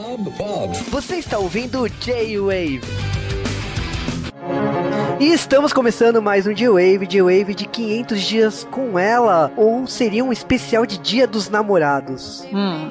Você está ouvindo o J-Wave. E estamos começando mais um J-Wave de 500 dias com ela, ou seria um especial de Dia dos Namorados.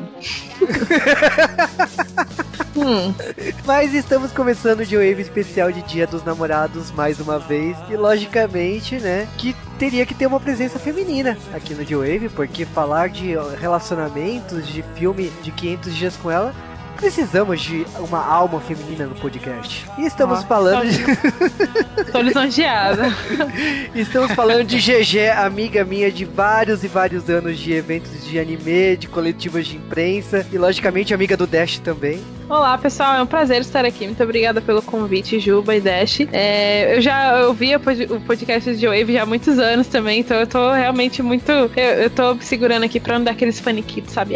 Mas estamos começando o J-Wave especial de Dia dos Namorados mais uma vez, e logicamente, né, que teria que ter uma presença feminina aqui no J-Wave, porque falar de relacionamentos, de filme de 500 dias com ela, precisamos de uma alma feminina no podcast. E estamos falando de... Tô lisonjeada. Estamos falando de GG, amiga minha de vários e vários anos de eventos de anime, de coletivas de imprensa e, logicamente, amiga do Dash também. Olá, pessoal, é um prazer estar aqui. Muito obrigada pelo convite, Juba e Dash. Eu já ouvi o podcast de Wave já há muitos anos também, então eu tô realmente muito... Eu tô segurando aqui pra não dar aqueles faniquitos, sabe?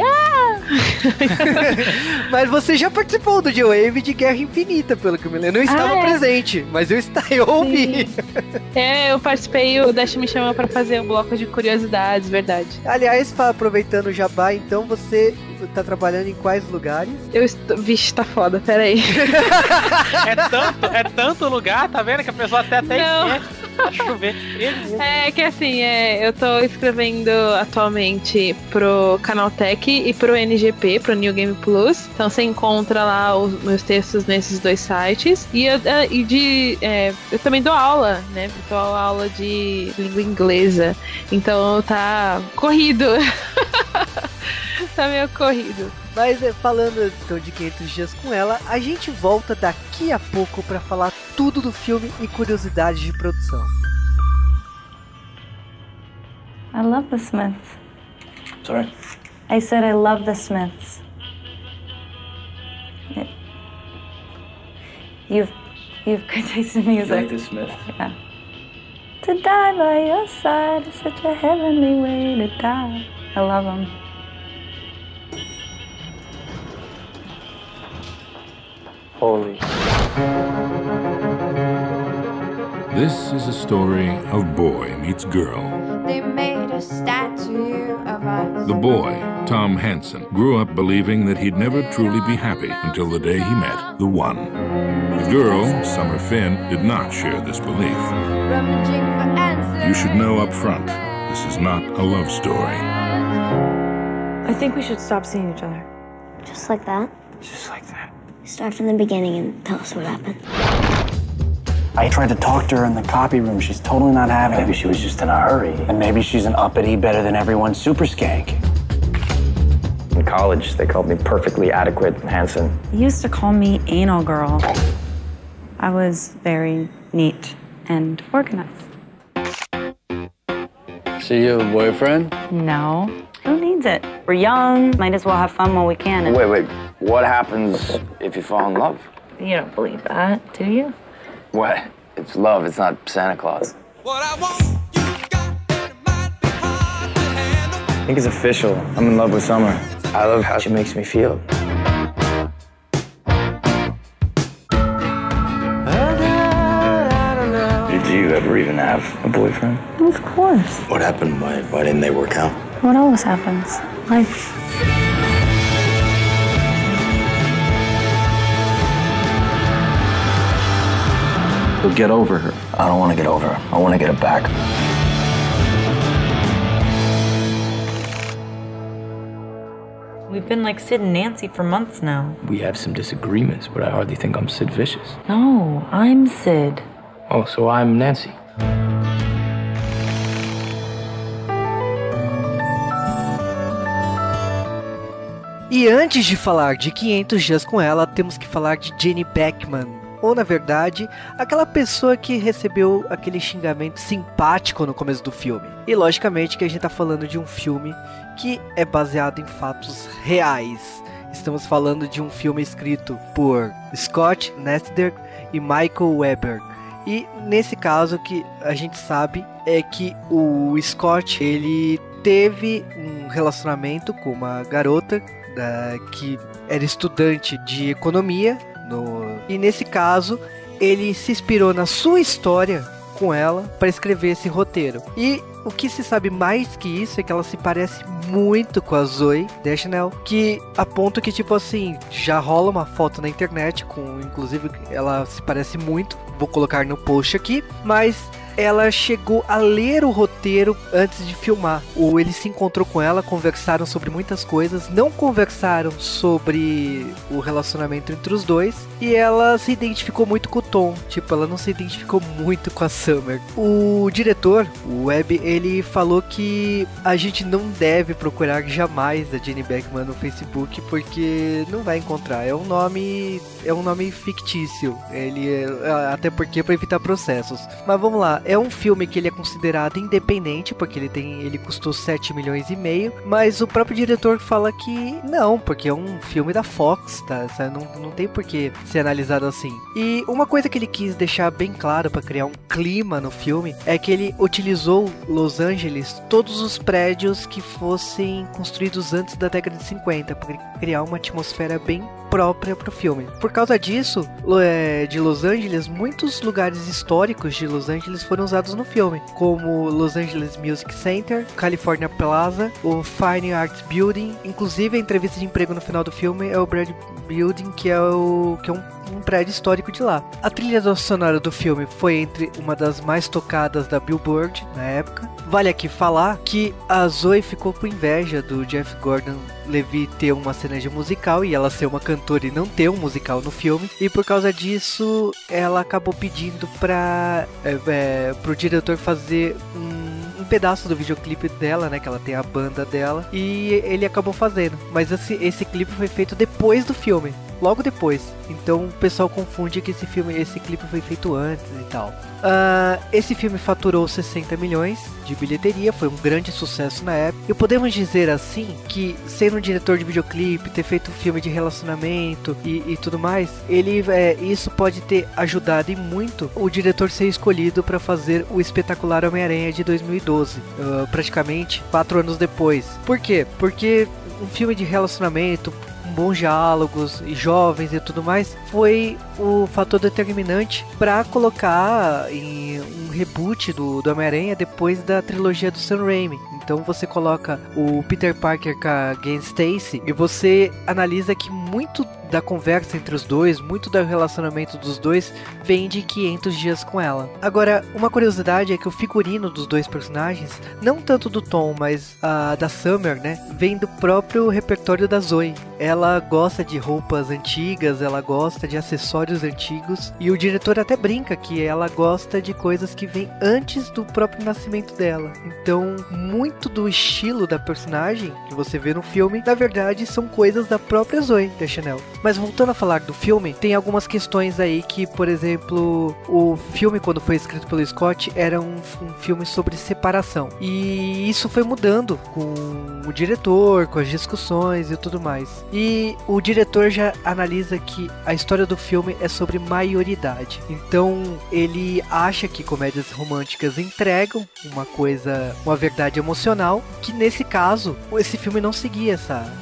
Mas você já participou do J-Wave de Guerra Infinita, pelo que eu me lembro. Eu não estava presente, mas eu ouvi. Eu participei, o Dash me chamou pra fazer um bloco de curiosidades, verdade. Aliás, aproveitando o jabá, então você tá trabalhando em quais lugares? Vixe, tá foda, peraí. É tanto lugar, tá vendo? Que a pessoa até esquece. Tá chovendo. É que assim, eu tô escrevendo atualmente pro Canaltech e pro NGP, pro New Game Plus. Então você encontra lá os meus textos nesses dois sites. E eu também dou aula, né? Dou aula de língua inglesa. Então tá corrido. Tá meio corrido. Mas falando então de 500 dias com ela, a gente volta daqui a pouco pra falar tudo do filme e curiosidades de produção. I love the Smiths. Sorry? I said I love the Smiths. You've good taste in music. You like the Smiths? Yeah. To die by your side is such a heavenly way to die. I love them. Holy. This is a story of boy meets girl. They made a statue of us. The boy, Tom Hansen, grew up believing that he'd never truly be happy until the day he met the one. The girl, Summer Finn, did not share this belief. You should know up front, this is not a love story. I think we should stop seeing each other. Just like that? Just like that. Start from the beginning and tell us what happened. I tried to talk to her in the copy room. She's totally not having it. Maybe she was just in a hurry. And maybe she's an uppity, better than everyone super skank. In college, they called me perfectly adequate Hansen. They used to call me anal girl. I was very neat and organized. So you have a boyfriend? No. Who needs it? We're young, might as well have fun while we can. And Wait. What happens if you fall in love? you don't believe that, do you? What? It's love, it's not Santa Claus. I think it's official. I'm in love with Summer. I love how she makes me feel. Did you ever even have a boyfriend? Of course. What happened? Why didn't they work out? What always happens? Life. But get over her. I don't want to get over her. I want to get her back. We've been like Sid and Nancy for months now. We have some disagreements, but I hardly think I'm Sid Vicious. No, I'm Sid. Oh, so I'm Nancy. E antes de falar de 500 dias com ela, temos que falar de Jenny Beckman. Ou, na verdade, aquela pessoa que recebeu aquele xingamento simpático no começo do filme. E, logicamente, que a gente tá falando de um filme que é baseado em fatos reais. Estamos falando de um filme escrito por Scott Netzler e Michael Weber. E, nesse caso, o que a gente sabe é que o Scott, ele teve um relacionamento com uma garota que era estudante de economia. E nesse caso, ele se inspirou na sua história com ela para escrever esse roteiro. E o que se sabe mais que isso é que ela se parece muito com a Zooey Deschanel, que a ponto que, tipo assim, já rola uma foto na internet com, inclusive, ela se parece muito, vou colocar no post aqui, mas ela chegou a ler o roteiro antes de filmar. Ou ele se encontrou com ela, conversaram sobre muitas coisas, não conversaram sobre o relacionamento entre os dois, e ela se identificou muito com o Tom, tipo, ela não se identificou muito com a Summer. O diretor, o Webb, ele falou que a gente não deve procurar jamais a Jenny Beckman no Facebook, porque não vai encontrar, é um nome fictício, até porque para evitar processos. Mas vamos lá, é um filme que ele é considerado independente, porque ele custou 7 milhões e meio, mas o próprio diretor fala que não, porque é um filme da Fox, tá? Não tem por que ser analisado assim. E uma coisa que ele quis deixar bem claro para criar um clima no filme é que ele utilizou Los Angeles, todos os prédios que fossem construídos antes da década de 50, para criar uma atmosfera bem própria pro filme. Por causa disso, de Los Angeles, muitos lugares históricos de Los Angeles foram usados no filme, como Los Angeles Music Center, California Plaza, o Fine Arts Building. Inclusive, a entrevista de emprego no final do filme é o Brad Building, que é um prédio histórico de lá. A trilha sonora do filme foi entre uma das mais tocadas da Billboard na época. Vale aqui falar que a Zoe ficou com inveja do Jeff Gordon-Levitt ter uma cena de musical e ela ser uma cantora e não ter um musical no filme, e por causa disso ela acabou pedindo pro diretor fazer um pedaço do videoclipe dela, né, que ela tem a banda dela, e ele acabou fazendo, mas esse clipe foi feito depois do filme, logo depois, então o pessoal confunde que esse clipe foi feito antes e tal. Esse filme faturou 60 milhões de bilheteria, foi um grande sucesso na época, e podemos dizer assim que, sendo um diretor de videoclipe, ter feito um filme de relacionamento e tudo mais, isso pode ter ajudado e muito o diretor ser escolhido para fazer o espetacular Homem-Aranha de 2012, praticamente 4 anos depois. Por quê? Porque um filme de relacionamento, bons diálogos e jovens e tudo mais, foi o fator determinante para colocar em um reboot do Homem-Aranha depois da trilogia do Sam Raimi. Então você coloca o Peter Parker com a Gwen Stacy e você analisa que muito da conversa entre os dois, muito do relacionamento dos dois vem de 500 dias com ela. Agora, uma curiosidade é que o figurino dos dois personagens, não tanto do Tom, mas da Summer, né, vem do próprio repertório da Zoe. Ela gosta de roupas antigas, ela gosta de acessórios antigos, e o diretor até brinca que ela gosta de coisas que vêm antes do próprio nascimento dela. Então, muito do estilo da personagem que você vê no filme, na verdade, são coisas da própria Zoe Deschanel. Mas voltando a falar do filme, tem algumas questões aí que, por exemplo, o filme, quando foi escrito pelo Scott, era um filme sobre separação. E isso foi mudando com o diretor, com as discussões e tudo mais. E o diretor já analisa que a história do filme é sobre maioridade. Então, ele acha que comédias românticas entregam uma verdade emocional, que nesse caso, esse filme não seguia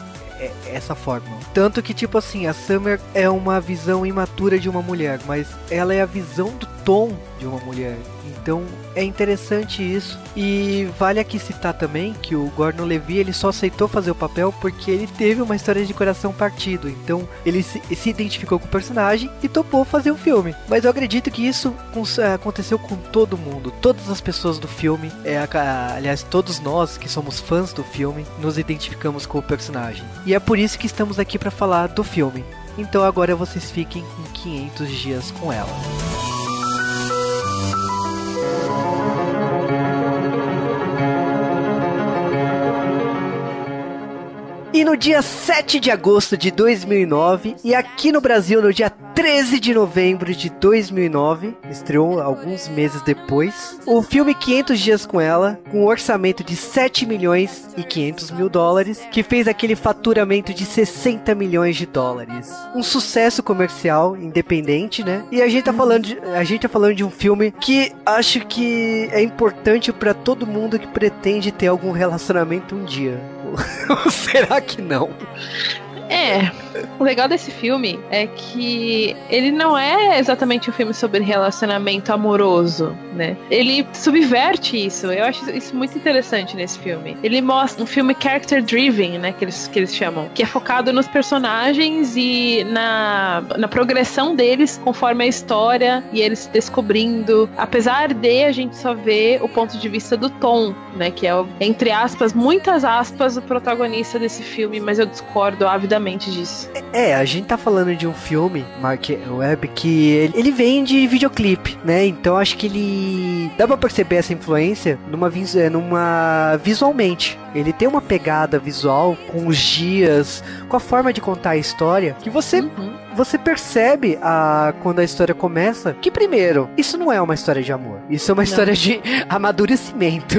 essa fórmula. Tanto que, tipo assim, a Summer é uma visão imatura de uma mulher, mas ela é a visão do Tom de uma mulher. Então é interessante isso. E vale aqui citar também que o Gordon Levitt, ele só aceitou fazer o papel porque ele teve uma história de coração partido. Então ele se identificou com o personagem e topou fazer o filme. Mas eu acredito que isso aconteceu com todo mundo. Todas as pessoas do filme, aliás, todos nós que somos fãs do filme, nos identificamos com o personagem. E é por isso que estamos aqui para falar do filme. Então agora vocês fiquem com 500 dias com ela. E no dia 7 de agosto de 2009, e aqui no Brasil no dia 13 de novembro de 2009, estreou alguns meses depois, o filme 500 Dias com Ela, com um orçamento de 7 milhões e 500 mil dólares, que fez aquele faturamento de 60 milhões de dólares. Um sucesso comercial, independente, né? E a gente tá falando de um filme que acho que é importante pra todo mundo que pretende ter algum relacionamento um dia. Ou será que não? O legal desse filme é que ele não é exatamente um filme sobre relacionamento amoroso. né? Ele subverte isso. Eu acho isso muito interessante nesse filme. Ele mostra um filme character driven, né? Que eles chamam. Que é focado nos personagens e na progressão deles conforme a história e eles se descobrindo. Apesar de a gente só ver o ponto de vista do Tom, né? Que é, entre aspas, muitas aspas, o protagonista desse filme, mas eu discordo avidamente disso. A gente tá falando de um filme, Mark Webb, que ele vem de videoclipe, né? Então acho que ele... dá pra perceber essa influência visualmente. Ele tem uma pegada visual com os dias, com a forma de contar a história, que você percebe quando a história começa, que primeiro, isso não é uma história de amor. Isso é uma história de amadurecimento.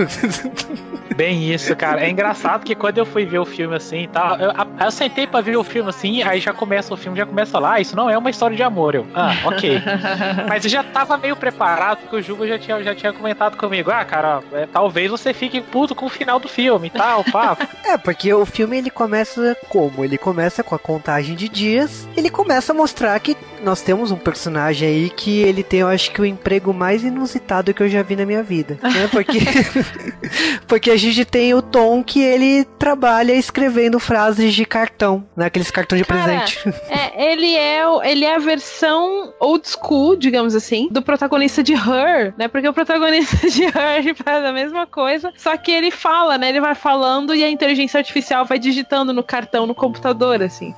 Bem isso, cara. É engraçado que quando eu fui ver o filme assim e tal, eu sentei pra ver o filme assim, aí já começa o filme, já começa lá, isso não é uma história de amor. Ok. Mas eu já tava meio preparado, porque o Juba já tinha comentado comigo, cara, talvez você fique puto com o final do filme e tal, papo. Porque o filme ele começa como? Ele começa com a contagem de dias, ele começa a mostrar que nós temos um personagem aí que ele tem, eu acho que o emprego mais inusitado que eu já vi na minha vida, né? Porque a gente tem o Tom que ele trabalha escrevendo frases de cartão, né? Aqueles cartões de presente. Ele é a versão old school, digamos assim, do protagonista de Her, né? Porque o protagonista de Her faz a mesma coisa, só que ele fala, né? Ele vai falando e a inteligência artificial vai digitando no cartão, no computador, assim.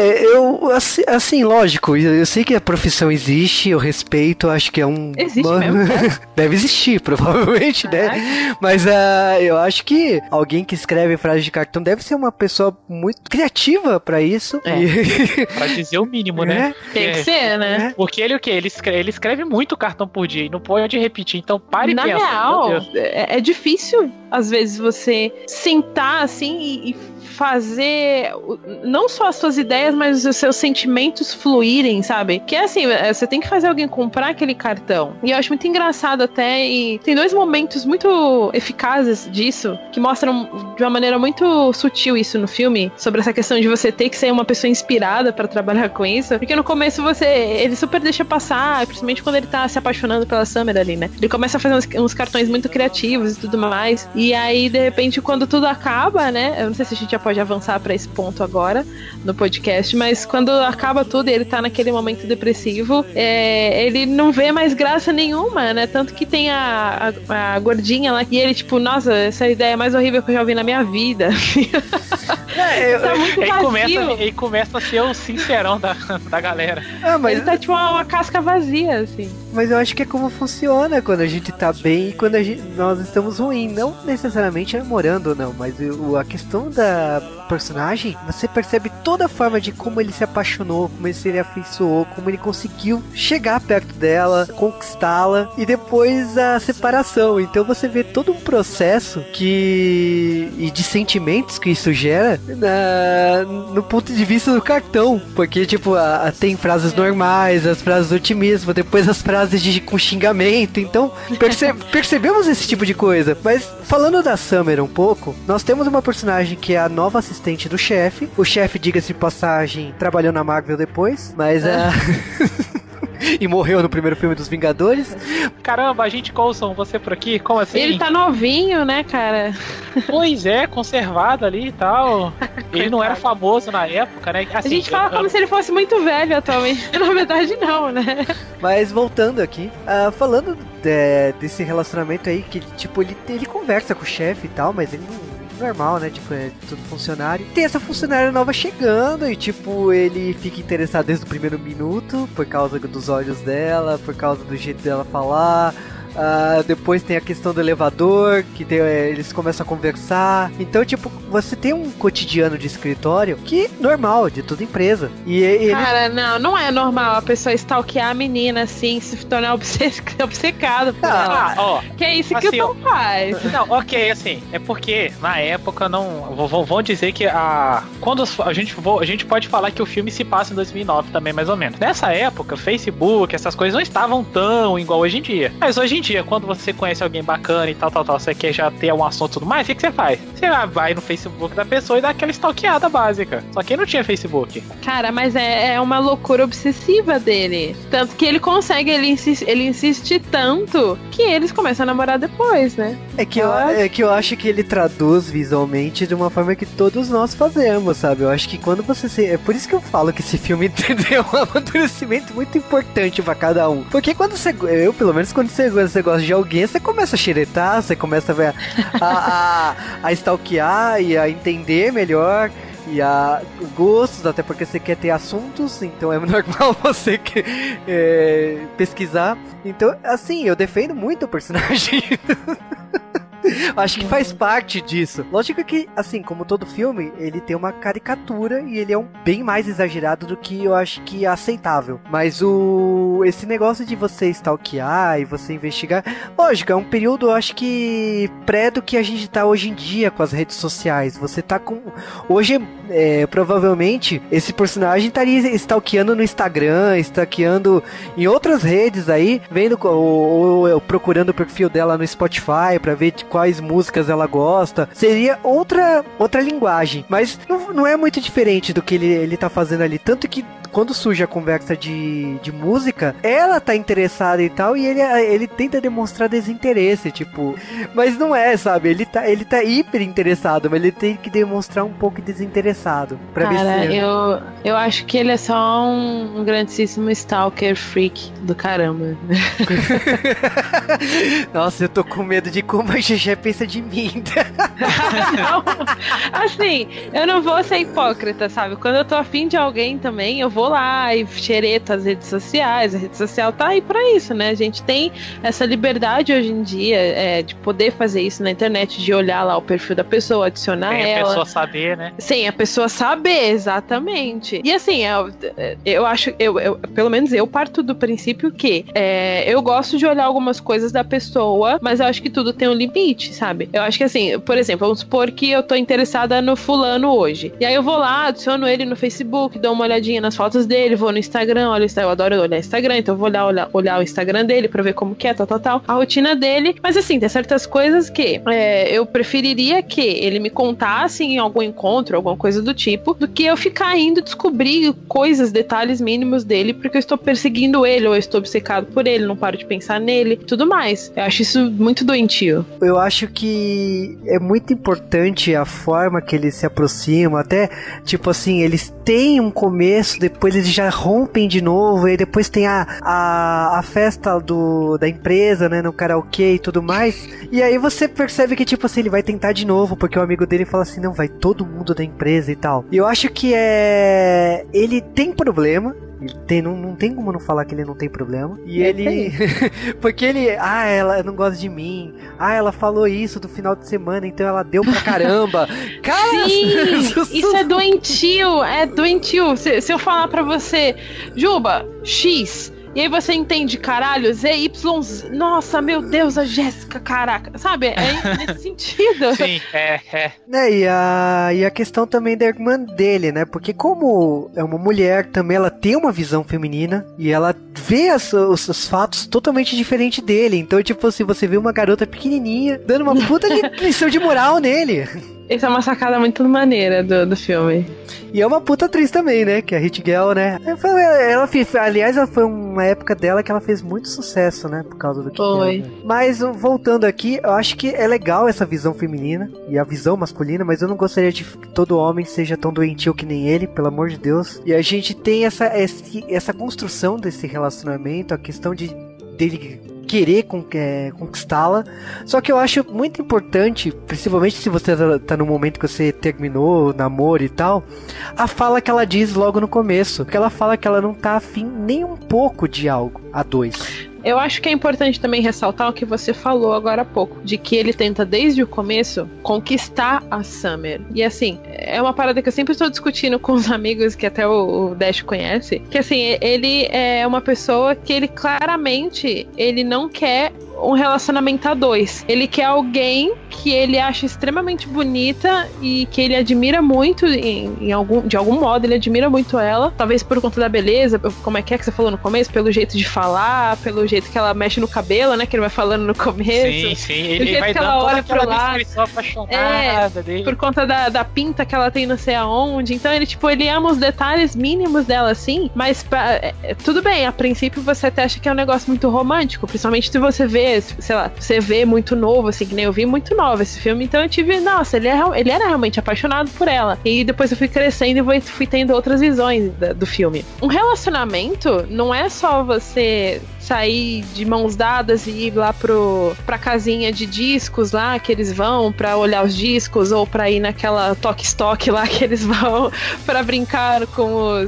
Assim, lógico, eu sei que a profissão existe, eu respeito, acho que é um... Existe mesmo? Deve existir, provavelmente, né? Mas eu acho que alguém que escreve frases de cartão deve ser uma pessoa muito criativa pra isso. Pra dizer o mínimo, né? Tem que ser, né? Porque ele o quê? Ele escreve muito cartão por dia e não pode repetir, então pare e pensa. Na real, é difícil, às vezes, você sentar assim e fazer não só as suas ideias, mas os seus sentimentos fluírem, sabe? Que é assim, você tem que fazer alguém comprar aquele cartão. E eu acho muito engraçado até, e tem dois momentos muito eficazes disso, que mostram de uma maneira muito sutil isso no filme, sobre essa questão de você ter que ser uma pessoa inspirada pra trabalhar com isso, porque no começo ele super deixa passar, principalmente quando ele tá se apaixonando pela Summer ali, né? Ele começa a fazer uns cartões muito criativos e tudo mais, e aí de repente quando tudo acaba, né? Eu não sei se a gente já pode avançar pra esse ponto agora no podcast, mas quando acaba tudo e ele tá naquele momento depressivo, ele não vê mais graça nenhuma, né? Tanto que tem a gordinha lá, e ele tipo, nossa, essa é a ideia mais horrível que eu já ouvi na minha vida. Tá muito vazio. Ele começa a ser o sincerão da galera. Mas ele tá tipo uma casca vazia, assim. Mas eu acho que é como funciona quando a gente tá bem e quando nós estamos ruim. Não necessariamente namorando ou não, mas a questão da personagem, você percebe toda a forma de como ele se apaixonou, como ele se afeiçoou, como ele conseguiu chegar perto dela, conquistá-la e depois a separação. Então você vê todo um processo e de sentimentos que isso gera no ponto de vista do cartão, porque tipo, tem frases normais, as frases do otimismo, depois as frases com xingamento, então percebemos esse tipo de coisa. Mas falando da Summer um pouco, nós temos uma personagem que é a nova assistente do chefe. O chefe, diga-se de passagem, trabalhou na Marvel depois, mas e morreu no primeiro filme dos Vingadores. Caramba, agente Coulson, você por aqui? Como assim? Ele tá novinho, né, cara? Pois é, conservado ali e tal. Ele não era famoso na época, né? Assim, a gente fala como se ele fosse muito velho atualmente. Na verdade, não, né? Mas voltando aqui, falando desse relacionamento aí, que tipo, ele conversa com o chefe e tal, mas ele não... normal, né? Tipo, é tudo funcionário. Tem essa funcionária nova chegando e, tipo, ele fica interessado desde o primeiro minuto por causa dos olhos dela, por causa do jeito dela falar. Depois tem a questão do elevador, que eles começam a conversar. Então, tipo, você tem um cotidiano de escritório que é normal, de toda empresa. Cara, não é normal a pessoa stalkear a menina assim, se tornar obcecado por ela. Que é isso assim, que o Tom faz. Não, ok, assim, é porque na época não... Vão dizer que quando a gente pode falar que o filme se passa em 2009 também, mais ou menos. Nessa época, Facebook, essas coisas não estavam tão igual hoje em dia. Mas hoje em em dia, quando você conhece alguém bacana e tal, você quer já ter um assunto e tudo mais, o que você faz? Você vai no Facebook da pessoa e dá aquela stalkeada básica. Só que ele não tinha Facebook. Cara, mas é uma loucura obsessiva dele. Tanto que ele consegue, ele insiste tanto que eles começam a namorar depois, né? É que eu acho que ele traduz visualmente de uma forma que todos nós fazemos, sabe? Eu acho que quando você é por isso que eu falo que esse filme deu um amadurecimento muito importante pra cada um. Porque quando pelo menos quando você gosta de alguém, você começa a xeretar, você começa a ver a stalkear e a entender melhor e a gostos, até porque você quer ter assuntos, então é normal você pesquisar. Então, assim, eu defendo muito o personagem. Acho que faz parte disso. Lógico que, assim, como todo filme, ele tem uma caricatura e ele é bem mais exagerado do que eu acho que é aceitável. Mas esse negócio de você stalkear e você investigar, lógico, é um período, eu acho que pré do que a gente tá hoje em dia com as redes sociais. Você tá com... Hoje, provavelmente, esse personagem estaria stalkeando no Instagram, stalkeando em outras redes aí, vendo ou procurando o perfil dela no Spotify pra ver quais músicas ela gosta. Seria outra linguagem, mas não é muito diferente do que ele tá fazendo ali, tanto que quando surge a conversa de música, ela tá interessada e tal, e ele tenta demonstrar desinteresse, tipo, mas não é, sabe, ele tá hiper interessado, mas ele tem que demonstrar um pouco desinteressado pra ver se... eu acho que ele é só um grandíssimo stalker freak do caramba. Nossa, eu tô com medo de como a GG pensa de mim. Não, assim, eu não vou ser hipócrita, sabe? Quando eu tô afim de alguém também, eu vou lá e xereto as redes sociais. A rede social tá aí pra isso, né? A gente tem essa liberdade hoje em dia de poder fazer isso na internet, de olhar lá o perfil da pessoa, adicionar ela. Sem a pessoa saber, né? Sem a pessoa saber, exatamente. E assim, eu acho, pelo menos eu parto do princípio que eu gosto de olhar algumas coisas da pessoa, mas eu acho que tudo tem um limite, sabe? Eu acho que assim, por exemplo, vamos supor que eu tô interessada no fulano hoje. E aí eu vou lá, adiciono ele no Facebook, dou uma olhadinha nas fotos dele, vou no Instagram, eu adoro olhar Instagram, então eu vou olhar o Instagram dele pra ver como que é, a rotina dele. Mas assim, tem certas coisas que eu preferiria que ele me contasse em algum encontro, alguma coisa do tipo, do que eu ficar indo descobrir coisas, detalhes mínimos dele, porque eu estou perseguindo ele, ou eu estou obcecado por ele, não paro de pensar nele, tudo mais. Eu acho isso muito doentio. Eu acho que é muito importante a forma que eles se aproximam, até, tipo assim, eles têm um começo, depois eles já rompem de novo, e depois tem a festa da empresa, né, no karaokê e tudo mais, e aí você percebe que, tipo assim, ele vai tentar de novo, porque o amigo dele fala assim, não, vai todo mundo da empresa e tal. E eu acho que ele tem problema. Não tem como não falar que ele não tem problema. E ele... porque ele... ela não gosta de mim. Ela falou isso do final de semana, então ela deu pra caramba. Cara! Sim! Isso é doentio! É doentio. Se eu falar pra você, Juba, X... E aí você entende, caralho, ZY... Nossa, meu Deus, a Jéssica, caraca. Sabe? É nesse sentido. Sim, E a questão também da irmã dele, né? Porque como é uma mulher, também ela tem uma visão feminina e ela vê os fatos totalmente diferente dele. Então, tipo assim, você vê uma garota pequenininha dando uma puta lição de moral nele. Essa é uma sacada muito maneira do filme. E é uma puta atriz também, né? Que é a Hit Girl, né? Aliás, ela foi uma época dela que ela fez muito sucesso, né? Por causa do que foi. Né? Mas, voltando aqui, eu acho que é legal essa visão feminina e a visão masculina, mas eu não gostaria de que todo homem seja tão doentio que nem ele, pelo amor de Deus. E a gente tem essa construção desse relacionamento, a questão dele querer conquistá-la. Só que eu acho muito importante, principalmente se você tá no momento que você terminou o namoro e tal, a fala que ela diz logo no começo, porque ela fala que ela não tá afim nem um pouco de algo a dois. Eu acho que é importante também ressaltar o que você falou agora há pouco, de que ele tenta desde o começo conquistar a Summer. E assim, é uma parada que eu sempre estou discutindo com os amigos que até o Dash conhece, que assim, ele é uma pessoa que ele claramente, ele não quer um relacionamento a dois. Ele quer alguém que ele acha extremamente bonita e que ele admira muito, de algum modo, ele admira muito ela. Talvez por conta da beleza, como é que você falou no começo, pelo jeito de falar, pelo jeito que ela mexe no cabelo, né, que ele vai falando no começo. Sim, ele vai dando toda aquela descrição apaixonada dele. Por conta da pinta que ela tem não sei aonde. Então ele ama os detalhes mínimos dela, assim, mas tudo bem, a princípio você até acha que é um negócio muito romântico, principalmente se você vê, sei lá, você vê muito novo, assim, que nem eu vi muito novo esse filme, então eu tive, nossa, ele era realmente apaixonado por ela. E depois eu fui crescendo e fui tendo outras visões do filme. Um relacionamento não é só você sair de mãos dadas e ir lá pra casinha de discos lá, que eles vão pra olhar os discos, ou pra ir naquela toque-stock lá que eles vão pra brincar com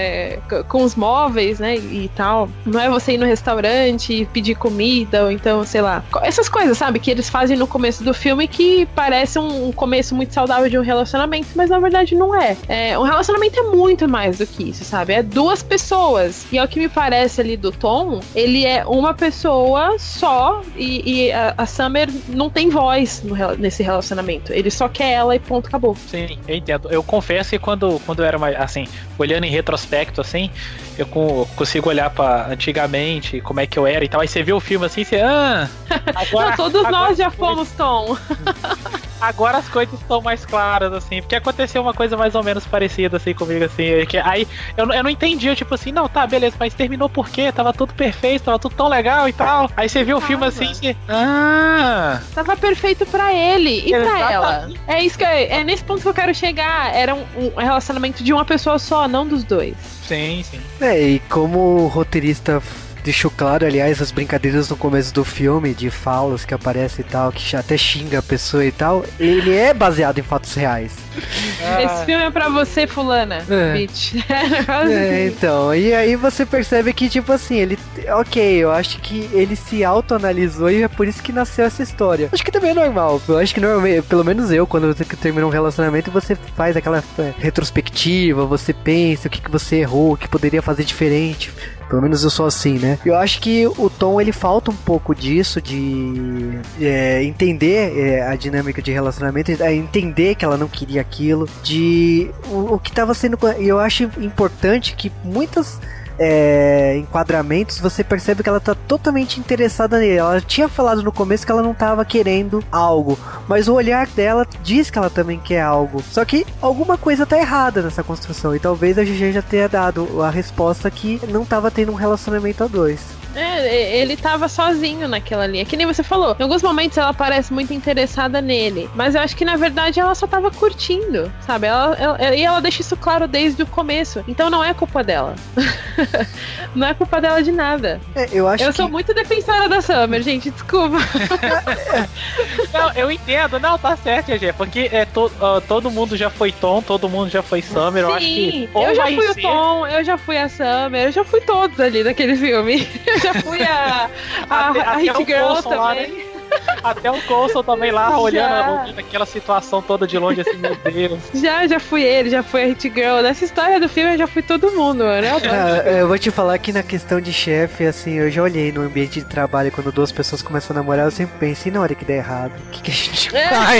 os móveis, né, e tal. Não é você ir no restaurante e pedir comida, ou então, sei lá, essas coisas, sabe, que eles fazem no começo do filme que parece um começo muito saudável de um relacionamento, mas na verdade não é. Um relacionamento é muito mais do que isso, sabe? É duas pessoas. E é o que me parece ali do Tom, ele é uma pessoa só e a Summer não tem voz nesse relacionamento. Ele só quer ela e ponto, acabou. Sim, eu entendo. Eu confesso que quando eu era mais, assim, olhando em retrospecto, assim, eu consigo olhar pra antigamente, como é que eu era e tal. Aí você vê o filme assim, você... agora, não, todos nós já fomos, Tom. Agora as coisas estão mais claras, assim, porque aconteceu uma coisa mais ou menos parecida, assim, comigo, assim, que aí eu não entendi, eu tipo assim, não, tá, beleza, mas terminou por quê? Tava tudo perfeito, tava tudo tão legal e tal. Aí você viu o filme assim, você... Tava perfeito pra ele e pra ela. É isso é nesse ponto que eu quero chegar. Era um relacionamento de uma pessoa só, não dos dois. Sim. E como o roteirista deixou claro, aliás, as brincadeiras no começo do filme, de falas que aparecem e tal, que até xinga a pessoa e tal, ele é baseado em fatos reais. Esse filme é pra você, fulana, bitch. Então, e aí você percebe que, tipo assim, eu acho que ele se autoanalisou e é por isso que nasceu essa história. Acho que também é normal. Eu acho que normalmente, pelo menos eu, quando você termina um relacionamento, você faz aquela retrospectiva, você pensa o que você errou, o que poderia fazer diferente. Pelo menos eu sou assim, né? Eu acho que o Tom, ele falta um pouco disso, de entender a dinâmica de relacionamento, entender que ela não queria aquilo, de o que estava sendo... Eu acho importante que muitos enquadramentos você percebe que ela tá totalmente interessada nele. Ela tinha falado no começo que ela não tava querendo algo, mas o olhar dela diz que ela também quer algo. Só que alguma coisa tá errada nessa construção, e talvez a GG já tenha dado a resposta que não tava tendo um relacionamento a dois. Ele tava sozinho naquela linha. Que nem você falou, em alguns momentos ela parece muito interessada nele, mas eu acho que na verdade ela só tava curtindo, sabe? E ela deixa isso claro desde o começo. Então não é culpa dela. Não é culpa dela de nada. Eu sou muito defensora da Summer, gente, desculpa. Não, eu entendo. Não, tá certo, GG, porque todo mundo já foi Tom, todo mundo já foi Summer. Sim, eu acho que eu já fui o Tom, eu já fui a Summer, eu já fui todos ali naquele filme. Já fui a Hit Girl também. Até o Coulson também lá, olhando aquela situação toda de longe, assim, meu Deus. Já fui ele, já fui a Hit Girl. Nessa história do filme eu já fui todo mundo, né? Eu vou te falar que na questão de chefe, assim, eu já olhei no ambiente de trabalho, quando duas pessoas começam a namorar, eu sempre penso, e na hora que der errado, o que a gente faz?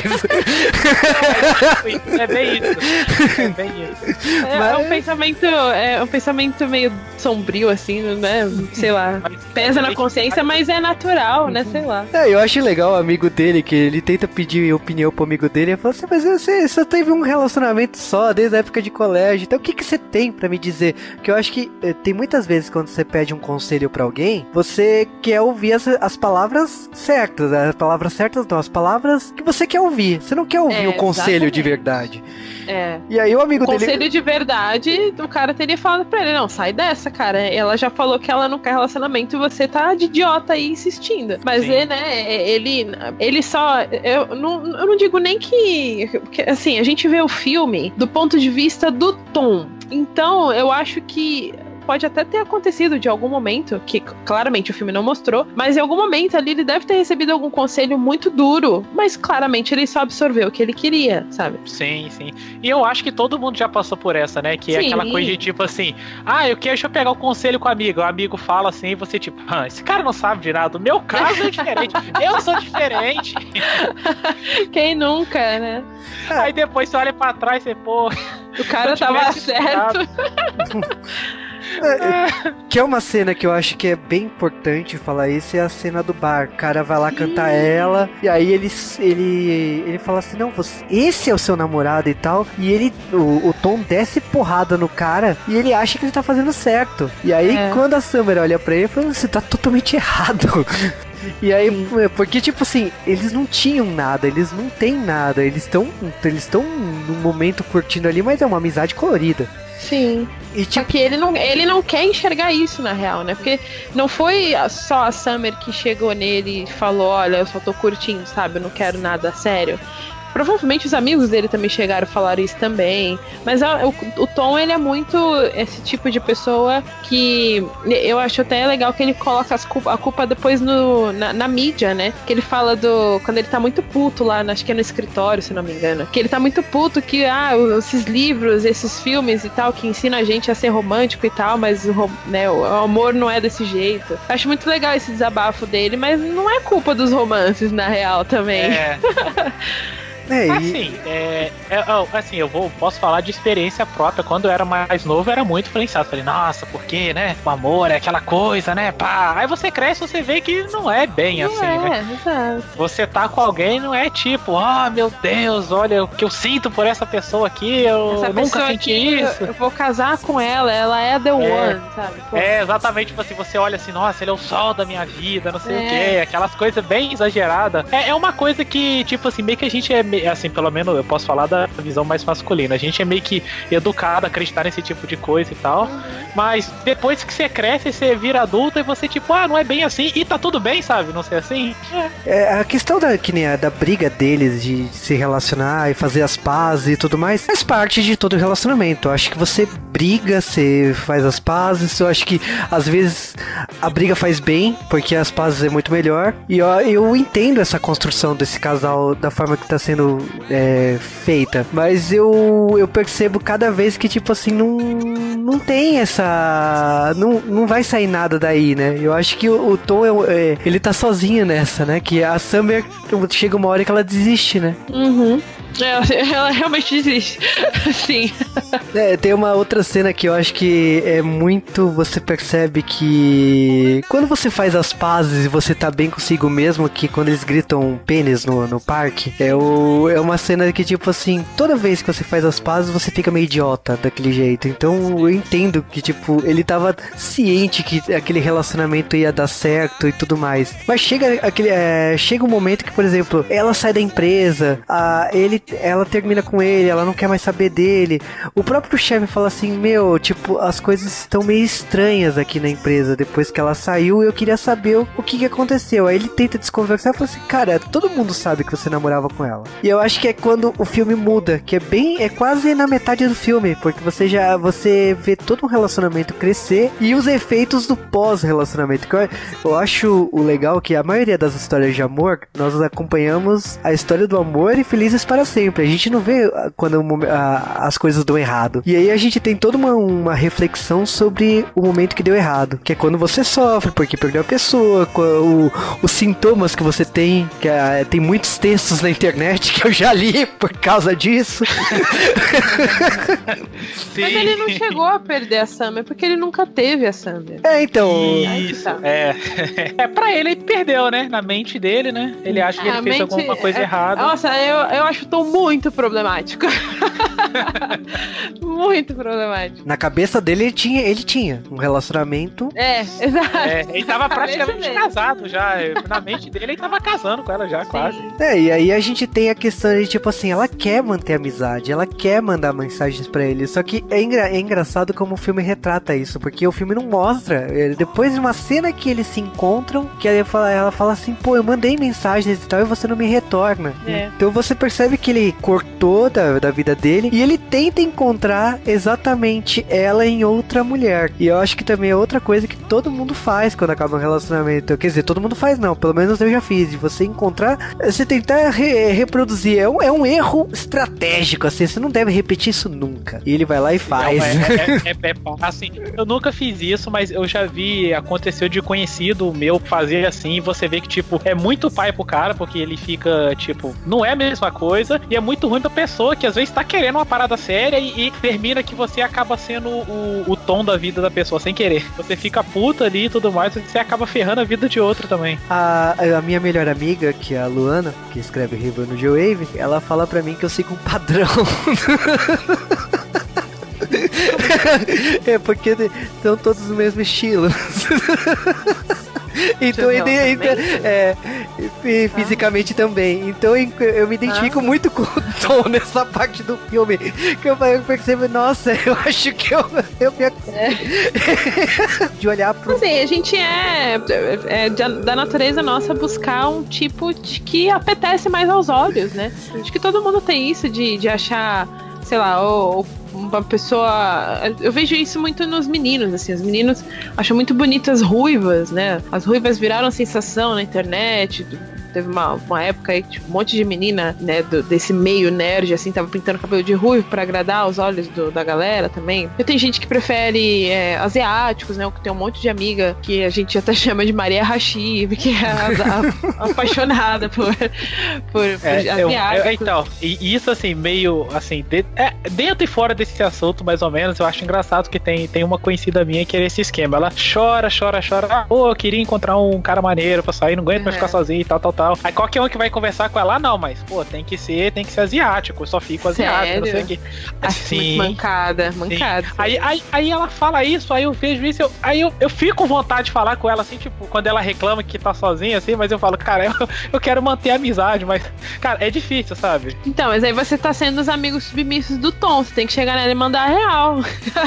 É bem isso. É um pensamento meio sombrio, assim, né? Sei lá, pesa na consciência, mas é natural, né? Sei lá. Eu acho legal o amigo dele, que ele tenta pedir opinião pro amigo dele, e fala assim, mas você só teve um relacionamento só, desde a época de colégio, então o que você tem pra me dizer? Porque eu acho que tem muitas vezes quando você pede um conselho pra alguém, você quer ouvir as palavras certas, as palavras certas não, as palavras que você quer ouvir, você não quer ouvir o conselho de verdade. E aí o amigo dele... Conselho de verdade, o cara teria falado pra ele, não, sai dessa, cara, ela já falou que ela não quer relacionamento e você tá de idiota aí insistindo. Mas ele só... Eu não digo nem que... Assim, a gente vê o filme do ponto de vista do Tom. Então, eu acho que pode até ter acontecido de algum momento, que claramente o filme não mostrou, mas em algum momento ali ele deve ter recebido algum conselho muito duro, mas claramente ele só absorveu o que ele queria, sabe? Sim, sim. E eu acho que todo mundo já passou por essa, né? Que é Sim. aquela coisa de tipo assim, deixa eu pegar o conselho com o amigo fala assim, e você tipo, esse cara não sabe de nada, o meu caso é diferente, eu sou diferente. Quem nunca, né? Aí depois você olha pra trás e você, pô... O cara tava certo. Que é uma cena que eu acho que é bem importante falar isso, é a cena do bar. O cara vai lá cantar ela, e aí ele fala assim, não, esse é o seu namorado e tal, e o Tom desce porrada no cara, e ele acha que ele tá fazendo certo. E aí quando a Summer olha pra ele, fala, você tá totalmente errado. E aí, porque tipo assim, eles não tinham nada, eles não têm nada, eles estão num momento curtindo ali, mas é uma amizade colorida. Sim. E Só que ele não quer enxergar isso na real, né? Porque não foi só a Summer que chegou nele e falou, olha, eu só tô curtindo, sabe? Eu não quero nada sério. Provavelmente os amigos dele também chegaram a falar isso também. Mas o Tom, ele é muito esse tipo de pessoa que eu acho até legal que ele coloca a culpa depois na mídia, né? Que ele fala quando ele tá muito puto lá, acho que é no escritório, se não me engano. Que ele tá muito puto que, esses livros, esses filmes e tal, que ensinam a gente a ser romântico e tal, mas o amor não é desse jeito. Acho muito legal esse desabafo dele, mas não é culpa dos romances, na real, também. Assim, posso falar de experiência própria. Quando eu era mais novo, eu era muito influenciado. Falei, nossa, por quê, né? O amor é aquela coisa, né? Pá. Aí você cresce, você vê que não é bem assim, né? Exato. Você tá com alguém, não é tipo, meu Deus, olha o que eu sinto por essa pessoa aqui, eu nunca senti isso. Eu vou casar com ela é the one, sabe? Pô. Exatamente, tipo assim, você olha assim, nossa, ele é o sol da minha vida, não sei o quê, aquelas coisas bem exageradas. É uma coisa que, tipo assim, meio que a gente assim, pelo menos eu posso falar da visão mais masculina. A gente é meio que educado a acreditar nesse tipo de coisa e tal. Mas depois que você cresce, você vira adulto e você tipo, não é bem assim e tá tudo bem, sabe? Não ser assim. A questão da briga deles de se relacionar e fazer as pazes e tudo mais faz parte de todo relacionamento. Eu acho que você briga, você faz as pazes. Eu acho que às vezes a briga faz bem, porque as pazes é muito melhor. E eu entendo essa construção desse casal da forma que tá sendo feita, mas eu percebo cada vez que tipo assim, não tem essa, não vai sair nada daí, né? Eu acho que o Tom ele tá sozinho nessa, né? Que a Summer chega uma hora que ela desiste, né? Ela realmente desiste. Sim. Tem uma outra cena que eu acho que é muito... Você percebe que quando você faz as pazes e você tá bem consigo mesmo, que quando eles gritam pênis no parque, é uma cena que tipo assim, toda vez que você faz as pazes você fica meio idiota daquele jeito. Então eu entendo que tipo, ele tava ciente que aquele relacionamento ia dar certo e tudo mais. Mas chega um momento que, por exemplo, ela sai da empresa, ela termina com ele, ela não quer mais saber dele. O próprio chefe fala assim, tipo, as coisas estão meio estranhas aqui na empresa. Depois que ela saiu, eu queria saber o que aconteceu. Aí ele tenta desconversar e fala assim, cara, todo mundo sabe que você namorava com ela. E eu acho que é quando o filme muda, que é quase na metade do filme, porque você vê todo um relacionamento crescer e os efeitos do pós-relacionamento. Eu acho o legal que a maioria das histórias de amor, nós acompanhamos a história do amor e felizes para sempre. A gente não vê quando as coisas dão errado. E aí a gente tem toda uma reflexão sobre o momento que deu errado, que é quando você sofre porque perdeu a pessoa, os sintomas que você tem, que tem muitos textos na internet que eu já li por causa disso. Sim. Mas ele não chegou a perder a Summer porque ele nunca teve a Summer. Então. Isso. Pra ele perdeu, né? Na mente dele, né? Ele acha que ele fez alguma coisa errada. Nossa, eu acho tão muito problemático. Muito problemático. Na cabeça dele, ele tinha um relacionamento. Exato. Ele tava praticamente casado já. Na mente dele, ele tava casando com ela já, sim, quase. E aí a gente tem a questão de, tipo assim, ela quer manter a amizade, ela quer mandar mensagens pra ele. Só que é engraçado como o filme retrata isso, porque o filme não mostra. Depois de uma cena que eles se encontram, que ela fala assim, pô, eu mandei mensagens e tal, e você não me retorna. Então você percebe que ele cortou da vida dele e ele tenta encontrar encontrar exatamente ela em outra mulher. E eu acho que também é outra coisa que todo mundo faz quando acaba um relacionamento. Quer dizer, todo mundo faz não, pelo menos eu já fiz. De você encontrar, você tentar reproduzir. É um erro estratégico, assim, você não deve repetir isso nunca. E ele vai lá e faz. Assim, eu nunca fiz isso, mas eu já vi, aconteceu de conhecido meu fazer assim, e você vê que, tipo, é muito pai pro cara, porque ele fica, tipo, não é a mesma coisa, e é muito ruim pra pessoa que às vezes tá querendo uma parada séria e termina que você acaba sendo o tom da vida da pessoa, sem querer. Você fica puta ali e tudo mais, e você acaba ferrando a vida de outro também. A minha melhor amiga, que é a Luana, que escreve review no G-Wave, ela fala pra mim que eu sigo um padrão. É porque são todos do mesmo estilo. Então, fisicamente também. Então eu me identifico muito com o Tom nessa parte do filme. Que eu percebo, nossa, eu acho que eu me... De olhar pro... Assim, a gente da natureza nossa buscar um tipo de que apetece mais aos olhos, né? Acho que todo mundo tem isso de achar, sei lá, uma pessoa... Eu vejo isso muito nos meninos, assim. Os meninos acham muito bonitas ruivas, né? As ruivas viraram sensação na internet. Teve uma época aí que tipo, um monte de menina, né, desse meio nerd, assim, tava pintando cabelo de ruivo pra agradar os olhos da galera também. E tem gente que prefere asiáticos, né? Tem um monte de amiga que a gente até chama de Maria Hashi, que é apaixonada por asiáticos. Então, e isso assim, meio assim, dentro e fora desse assunto, mais ou menos, eu acho engraçado que tem uma conhecida minha que é esse esquema. Ela chora. Eu queria encontrar um cara maneiro pra sair, não aguento mais ficar sozinho e tal. Aí qualquer um que vai conversar com ela, não, mas, tem que ser asiático, eu só fico asiático, não sei o que. Sim. Mancada. Aí ela fala isso, aí eu vejo isso, eu fico com vontade de falar com ela, assim, tipo, quando ela reclama que tá sozinha, assim, mas eu falo, cara, eu quero manter a amizade, mas, cara, é difícil, sabe? Então, mas aí você tá sendo os amigos submissos do Tom, você tem que chegar nela e mandar a real.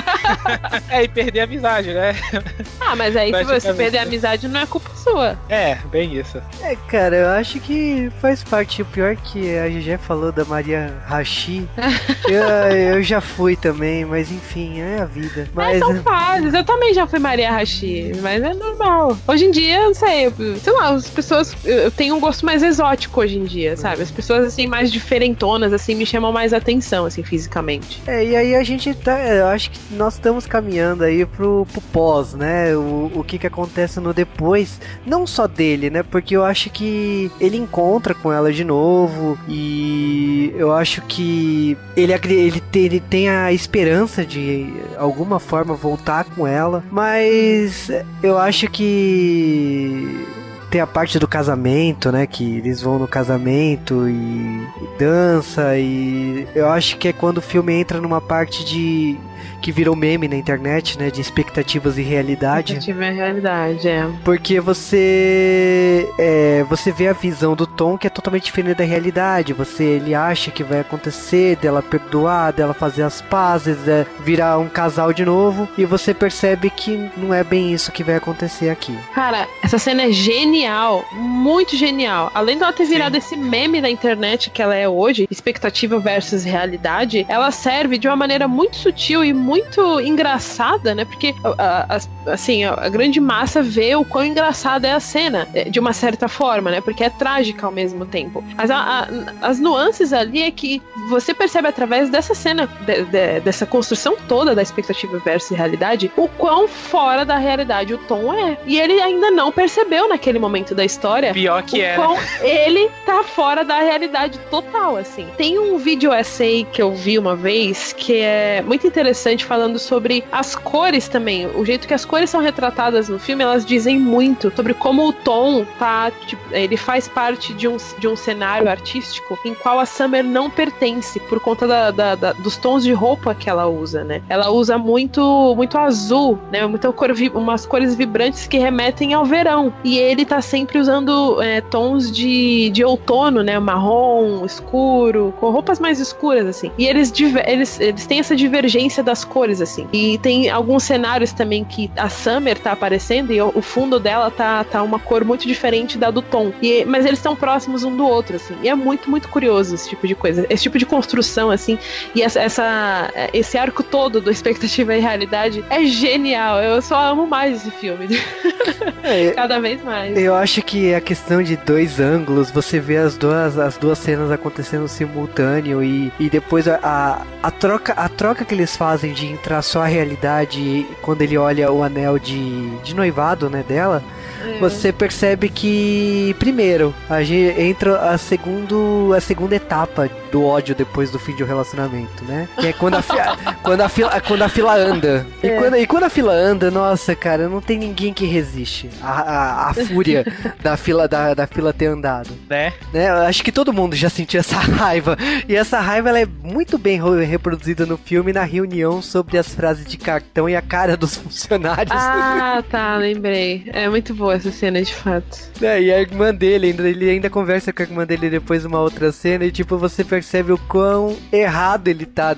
E perder a amizade, né? Mas aí se você perder a amizade, não é culpa sua. Bem isso. Cara, eu acho que faz parte. O pior que a GG falou da Maria Hashi. eu já fui também, mas enfim, é a vida. Mas são fases. Eu também já fui Maria Hashi, mas é normal. Hoje em dia, não sei lá, as pessoas. Eu tenho um gosto mais exótico hoje em dia, sabe? As pessoas, assim, mais diferentonas, assim, me chamam mais atenção, assim, fisicamente. E aí a gente tá. Eu acho que nós estamos caminhando aí pro pós, né? O que acontece no depois. Não só dele, né? Porque eu acho que ele encontra com ela de novo e eu acho que ele tem a esperança de alguma forma voltar com ela, mas eu acho que tem a parte do casamento, né, que eles vão no casamento e dança, e eu acho que é quando o filme entra numa parte que virou meme na internet, né, de expectativas e realidade. Expectativa e realidade, Porque você vê a visão do Tom que é totalmente diferente da realidade. Ele acha que vai acontecer, dela perdoar, dela fazer as pazes, virar um casal de novo, e você percebe que não é bem isso que vai acontecer aqui. Cara, essa cena é genial, muito genial. Além dela ter virado esse meme da internet que ela é hoje, expectativa versus realidade, ela serve de uma maneira muito sutil e muito engraçada, né? Porque a grande massa vê o quão engraçada é a cena, de uma certa forma, né? Porque é trágica ao mesmo tempo. Mas as nuances ali é que você percebe através dessa cena, dessa construção toda da expectativa versus realidade, o quão fora da realidade o Tom é. E ele ainda não percebeu naquele momento da história pior que o quão ele tá fora da realidade total, assim. Tem um vídeo essay que eu vi uma vez que é muito interessante, falando sobre as cores também. O jeito que as cores são retratadas no filme, elas dizem muito sobre como o Tom tá, tipo, ele faz parte de um cenário artístico em qual a Summer não pertence, por conta dos tons de roupa que ela usa, né? Ela usa muito azul, né? Umas cores vibrantes que remetem ao verão. E ele tá sempre usando tons de outono, né? Marrom, escuro, com roupas mais escuras, assim. E eles têm essa divergência das das cores, assim. E tem alguns cenários também que a Summer tá aparecendo e o fundo dela tá uma cor muito diferente da do Tom. Mas eles estão próximos um do outro, assim. E é muito, muito curioso esse tipo de coisa. Esse tipo de construção, assim. E esse arco todo do expectativa e realidade é genial. Eu só amo mais esse filme. Cada vez mais. Eu acho que a questão de 2 ângulos, você vê as duas cenas acontecendo simultâneo e depois a troca que eles fazem de entrar só a realidade quando ele olha o anel de noivado, né, dela. Você percebe que, primeiro, a gente entra a segunda etapa do ódio depois do fim de um relacionamento, né? Que é quando a fila anda. E quando a fila anda, nossa, cara, não tem ninguém que resiste a fúria da fila ter andado. Né? Eu acho que todo mundo já sentiu essa raiva. E essa raiva, ela é muito bem reproduzida no filme, na reunião sobre as frases de cartão e a cara dos funcionários. Ah, tá, lembrei. É muito boa essa cena, de fato. E a irmã dele, ele ainda conversa com a irmã dele depois de uma outra cena e, tipo, você percebe o quão errado ele tá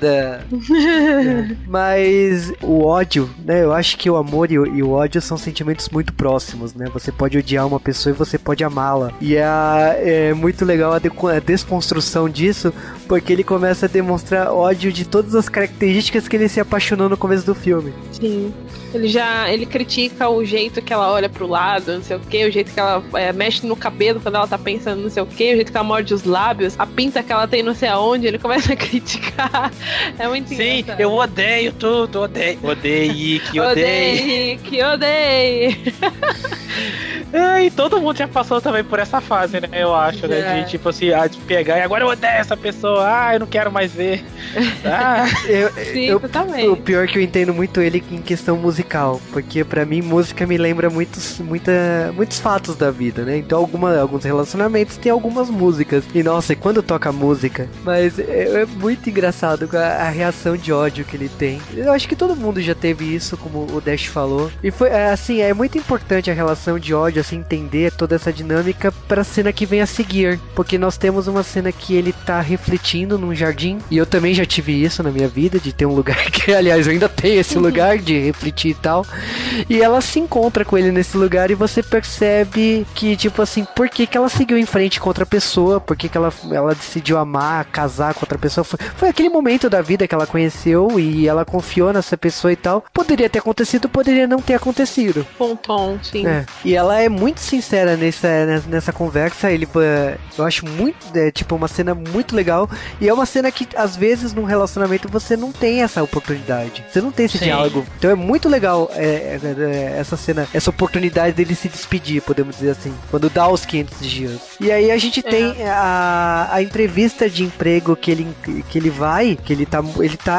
Mas o ódio, né? Eu acho que o amor e o ódio são sentimentos muito próximos, né? Você pode odiar uma pessoa e você pode amá-la. E é muito legal a desconstrução disso, porque ele começa a demonstrar ódio de todas as características que ele se apaixonou no começo do filme. Sim. Ele critica o jeito que ela olha pro lado, não sei o que, o jeito que ela mexe no cabelo quando ela tá pensando não sei o que, o jeito que ela morde os lábios, a pinta que ela tem não sei aonde, ele começa a criticar. É muito engraçado. Sim, eu odeio tudo, odeio. E todo mundo já passou também por essa fase, né? Eu acho, né? De tipo assim, de pegar e agora eu odeio essa pessoa, eu não quero mais ver. Sim, totalmente. O pior é que eu entendo muito ele em questão musical, porque pra mim música me lembra muitos fatos da vida, né? Então alguns relacionamentos tem algumas músicas. E nossa, quando toca música, mas é muito engraçado a reação de ódio que ele tem. Eu acho que todo mundo já teve isso, como o Dash falou. E foi assim, é muito importante a relação de ódio, assim, entender toda essa dinâmica pra cena que vem a seguir. Porque nós temos uma cena que ele tá refletindo num jardim, e eu também já tive isso na minha vida, de ter um lugar que, aliás, eu ainda tenho esse lugar de refletir e tal. E ela se encontra com ele nesse lugar e você percebe que, tipo assim, por que ela seguiu em frente com outra pessoa, por que ela decidiu amar, casar com outra pessoa. Foi aquele momento da vida que ela conheceu e ela confiou nessa pessoa e tal. Poderia ter acontecido, poderia não ter acontecido. Tom, sim. E ela é muito sincera nessa conversa. Eu acho muito, tipo, uma cena muito legal. E é uma cena que, às vezes, num relacionamento, você não tem essa oportunidade. Você não tem esse diálogo. Então é muito legal essa cena, essa oportunidade dele se despedir, podemos dizer assim, quando dá os 500 dias. E aí a gente tem a entrevista de emprego que ele vai, que ele tá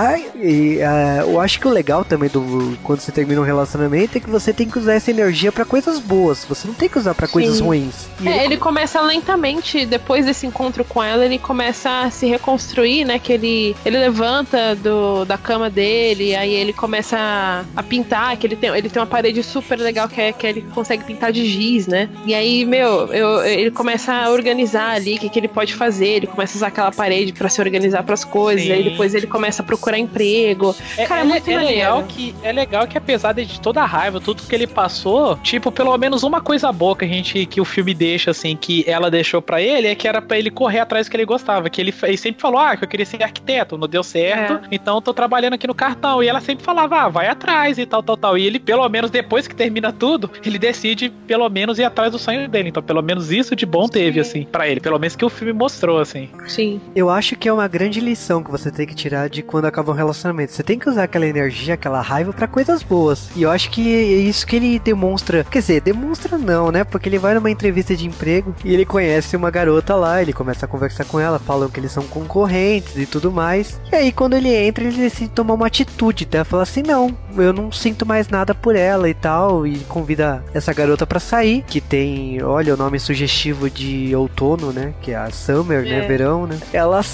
eu acho que o legal também quando você termina um relacionamento é que você tem que usar essa energia pra coisas boas, você não tem que usar pra coisas ruins. Ele começa lentamente, depois desse encontro com ela, ele começa a se reconstruir, né, que ele levanta da cama dele, aí ele começa a pintar, que ele tem uma parede super legal que ele consegue pintar de giz, né? E aí, ele começa a organizar ali o que ele pode fazer, ele começa a usar aquela parede pra se organizar pras coisas, aí depois ele começa a procurar emprego. Cara, é muito legal. É legal que apesar de toda a raiva, tudo que ele passou, tipo, pelo menos uma coisa boa que o filme deixa, assim, que ela deixou pra ele, é que era pra ele correr atrás do que ele gostava, que ele sempre falou, que eu queria ser arquiteto, não deu certo, então eu tô trabalhando aqui no cartão, e ela sempre falava, vai atrás e tal, e ele, pelo menos, depois que termina tudo, ele decide, pelo menos, ir atrás do sonho dele, então pelo menos isso de bom teve, assim, pra ele, pelo menos que o filme mostrou, assim. Sim. Eu acho que é uma grande lição que você tem que tirar de quando acaba um relacionamento, você tem que usar aquela energia, aquela raiva pra coisas boas, e eu acho que é isso que ele demonstra, quer dizer, demonstra não, né, porque ele vai numa entrevista de emprego e ele conhece uma garota lá, ele começa a conversar com ela, falam que eles são concorrentes e tudo mais, e aí quando ele entra, ele decide tomar uma atitude, tá, falar assim, não, eu não sinto mais nada por por ela e tal, e convida essa garota pra sair, que tem, olha, o nome sugestivo de outono, né, que é a Summer, né, verão, né.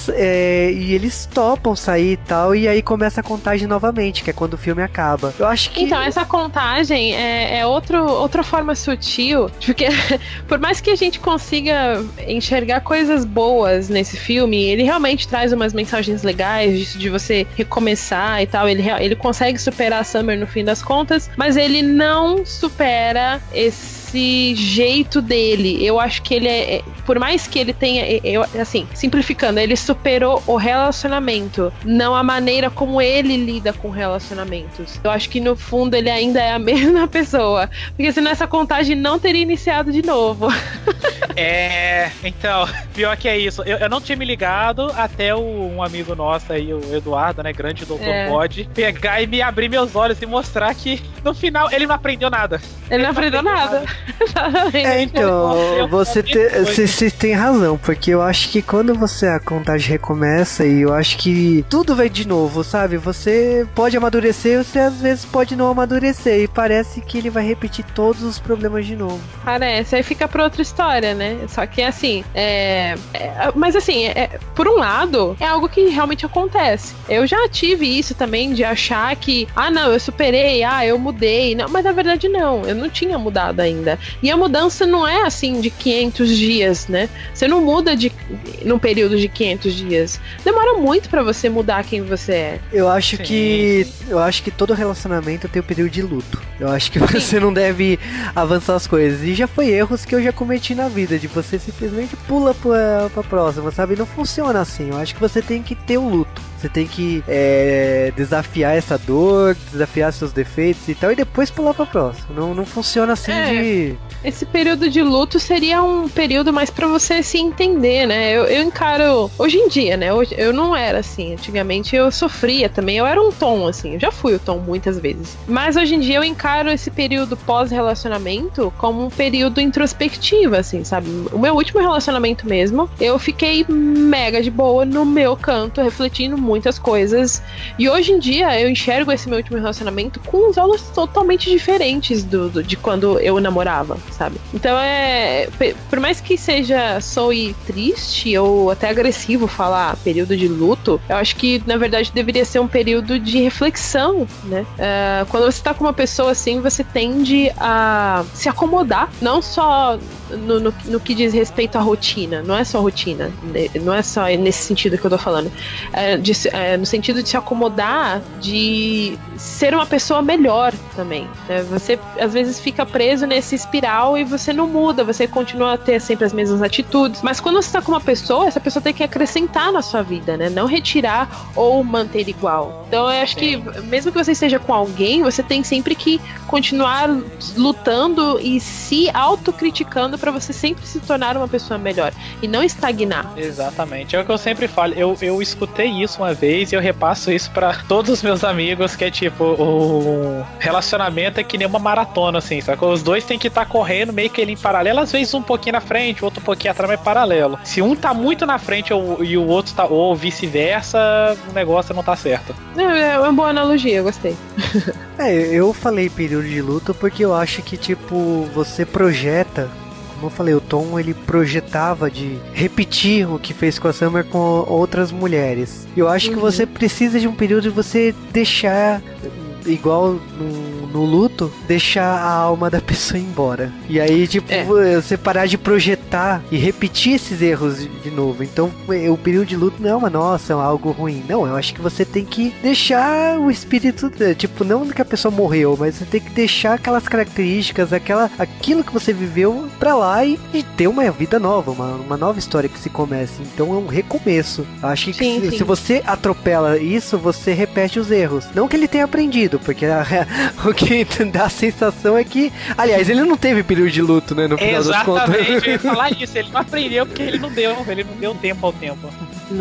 E eles topam sair e tal, e aí começa a contagem novamente, que é quando o filme acaba. Eu acho que... Então, essa contagem é outra forma sutil, porque por mais que a gente consiga enxergar coisas boas nesse filme, ele realmente traz umas mensagens legais de você recomeçar e tal, ele consegue superar a Summer no fim das contas, mas ele não supera esse jeito dele. Eu acho que ele por mais que ele tenha, assim, simplificando, ele superou o relacionamento, não a maneira como ele lida com relacionamentos. Eu acho que no fundo ele ainda é a mesma pessoa, porque senão essa contagem não teria iniciado de novo. Então, pior que é isso. Eu não tinha me ligado até um amigo nosso aí, o Eduardo, né, grande doutor Pod, pegar e me abrir meus olhos e mostrar que no final ele não aprendeu nada. Ele não aprendeu nada. Então, você tem razão, porque eu acho que quando a contagem recomeça, e eu acho que tudo vem de novo, sabe? Você pode amadurecer, você às vezes pode não amadurecer, e parece que ele vai repetir todos os problemas de novo. Parece, aí fica pra outra história, né? Só que assim, mas assim, por um lado, é algo que realmente acontece. Eu já tive isso também, de achar que, não, eu superei, eu mudei, não, mas na verdade não, eu não tinha mudado ainda. E a mudança não é assim de 500 dias, né? Você não muda num período de 500 dias. Demora muito pra você mudar quem você é. Eu acho que todo relacionamento tem um período de luto. Eu acho que você não deve avançar as coisas. E já foi erros que eu já cometi na vida, de você simplesmente pula pra próxima, sabe? Não funciona assim. Eu acho que você tem que ter um luto. Você tem que desafiar essa dor, desafiar seus defeitos e tal, e depois pular pra próxima. Não funciona assim de... Esse período de luto seria um período mais pra você se entender, né? Eu encaro... Hoje em dia, né? Eu não era assim. Antigamente eu sofria também. Eu era um Tom, assim. Eu já fui o Tom muitas vezes. Mas hoje em dia eu encaro esse período pós-relacionamento como um período introspectivo, assim, sabe? O meu último relacionamento mesmo, eu fiquei mega de boa no meu canto, refletindo muitas coisas. E hoje em dia eu enxergo esse meu último relacionamento com uns olhos totalmente diferentes de quando eu namorava, sabe? Então por mais que soe triste ou até agressivo falar período de luto, eu acho que na verdade deveria ser um período de reflexão, né? Quando você tá com uma pessoa assim, você tende a se acomodar, não só no que diz respeito à rotina, não é só rotina, não é só nesse sentido que eu tô falando, no sentido de se acomodar, de ser uma pessoa melhor também, né? Você às vezes fica preso nesse espiral e você não muda, você continua a ter sempre as mesmas atitudes, mas quando você tá com uma pessoa, essa pessoa tem que acrescentar na sua vida, né? Não retirar ou manter igual. Então eu acho que mesmo que você esteja com alguém, você tem sempre que continuar lutando e se autocriticando pra você sempre se tornar uma pessoa melhor e não estagnar. Exatamente, é o que eu sempre falo. Eu escutei isso uma vez e eu repasso isso pra todos os meus amigos, que é tipo, o relacionamento é que nem uma maratona, assim, sabe? Os dois tem que estar correndo meio que ele em paralelo, às vezes um pouquinho na frente, o outro um pouquinho atrás, mas paralelo. Se um tá muito na frente e o outro tá, ou vice-versa, o negócio não tá certo. É uma boa analogia, eu gostei. Eu falei período de luto porque eu acho que, tipo, você projeta, como eu falei, o Tom, ele projetava de repetir o que fez com a Summer com outras mulheres. Eu acho que você precisa de um período de você deixar, igual no luto, deixar a alma da pessoa embora. E aí, tipo, você parar de projetar e repetir esses erros de novo. Então, o período de luto não é algo ruim. Não, eu acho que você tem que deixar o espírito, tipo, não que a pessoa morreu, mas você tem que deixar aquelas características, aquilo que você viveu pra lá e ter uma vida nova, uma nova história que se comece. Então, é um recomeço. Eu acho que se você atropela isso, você repete os erros. Não que ele tenha aprendido, porque o que dá a sensação é que, aliás, ele não teve período de luto, né, no final das contas. Exatamente, eu ia falar isso, ele não aprendeu porque ele não deu tempo ao tempo. Não.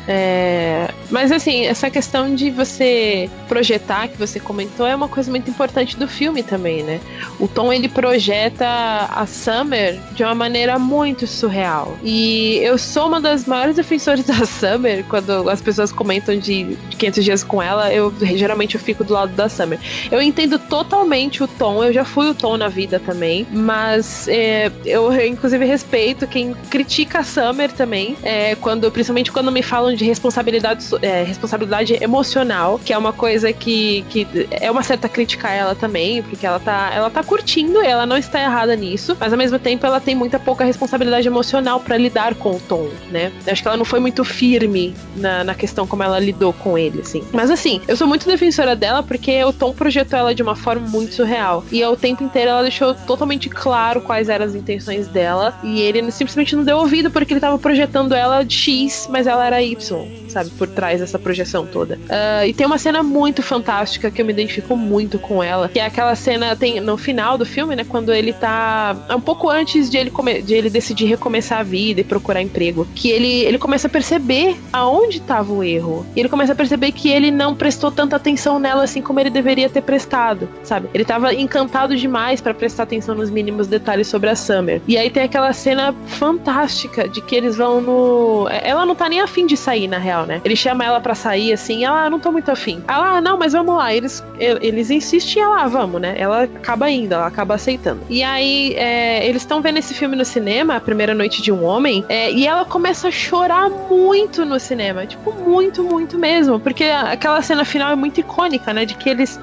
Mas assim, essa questão de você projetar, que você comentou, é uma coisa muito importante do filme também, né? O Tom, ele projeta a Summer de uma maneira muito surreal. E eu sou uma das maiores defensoras da Summer. Quando as pessoas comentam de 500 dias com ela, geralmente eu fico do lado da Summer. Eu entendo totalmente o Tom, eu já fui o Tom na vida também, mas eu inclusive respeito quem critica a Summer também, principalmente quando me falam de responsabilidade emocional, que é uma coisa que é uma certa crítica a ela também, porque ela tá curtindo, ela não está errada nisso, mas ao mesmo tempo ela tem muita pouca responsabilidade emocional pra lidar com o Tom, né? Eu acho que ela não foi muito firme na questão como ela lidou com ele, assim. Mas assim, eu sou muito defensora dela porque o Tom projetou ela de uma forma muito surreal, e ao tempo inteiro ela deixou totalmente claro quais eram as intenções dela, e ele simplesmente não deu ouvido porque ele tava projetando ela de X, mas ela era Y, sabe? Por trás dessa projeção toda. E tem uma cena muito fantástica que eu me identifico muito com ela, que é aquela cena, tem no final do filme, né? Quando ele tá um pouco antes de ele decidir recomeçar a vida e procurar emprego, que ele começa a perceber aonde tava o erro. E ele começa a perceber que ele não prestou tanta atenção nela assim como ele deveria ter prestado, sabe? Ele tava encantado demais pra prestar atenção nos mínimos detalhes sobre a Summer. E aí tem aquela cena fantástica de que eles vão no... Ela não tá nem afim de sair, na real, né? Ele chama ela pra sair, assim, ela não tô muito afim. Ela, não, mas vamos lá. Eles insistem, ela, vamos, né? Ela acaba indo, ela acaba aceitando. E aí, eles estão vendo esse filme no cinema, A Primeira Noite de um Homem, e ela começa a chorar muito no cinema. Tipo, muito, muito mesmo. Porque aquela cena final é muito icônica, né? De que eles,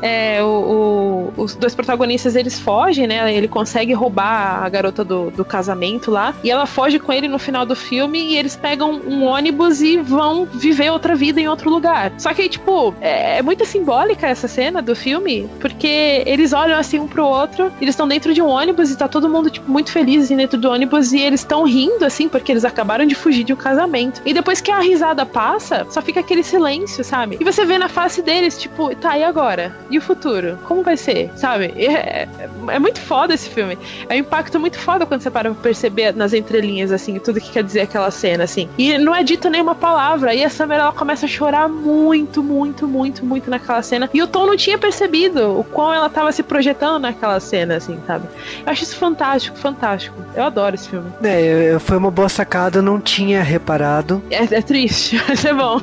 os dois protagonistas, eles fogem, né? Ele consegue roubar a garota do casamento lá, e ela foge com ele no final do filme, e eles pegam um ônibus e vão viver outra vida em outro lugar. Só que, tipo, é muito simbólica essa cena do filme, porque eles olham assim um pro outro, eles estão dentro de um ônibus e tá todo mundo, tipo, muito feliz dentro do ônibus, e eles estão rindo, assim, porque eles acabaram de fugir de um casamento. E depois que a risada passa, só fica aquele silêncio, sabe? E você vê na face deles, tipo, tá, e agora? E o futuro? Como vai ser? Sabe? É muito foda esse filme. É um impacto muito foda quando você para pra perceber nas entrelinhas, assim, tudo que quer dizer aquela cena, assim. E não é dito nenhuma palavra. E a Summer, ela começa a chorar muito, muito, muito, muito naquela cena. E o Tom não tinha percebido o quão ela tava se projetando naquela cena, assim, sabe? Eu acho isso fantástico, fantástico. Eu adoro esse filme. Foi uma boa sacada, eu não tinha reparado. É triste, mas é bom.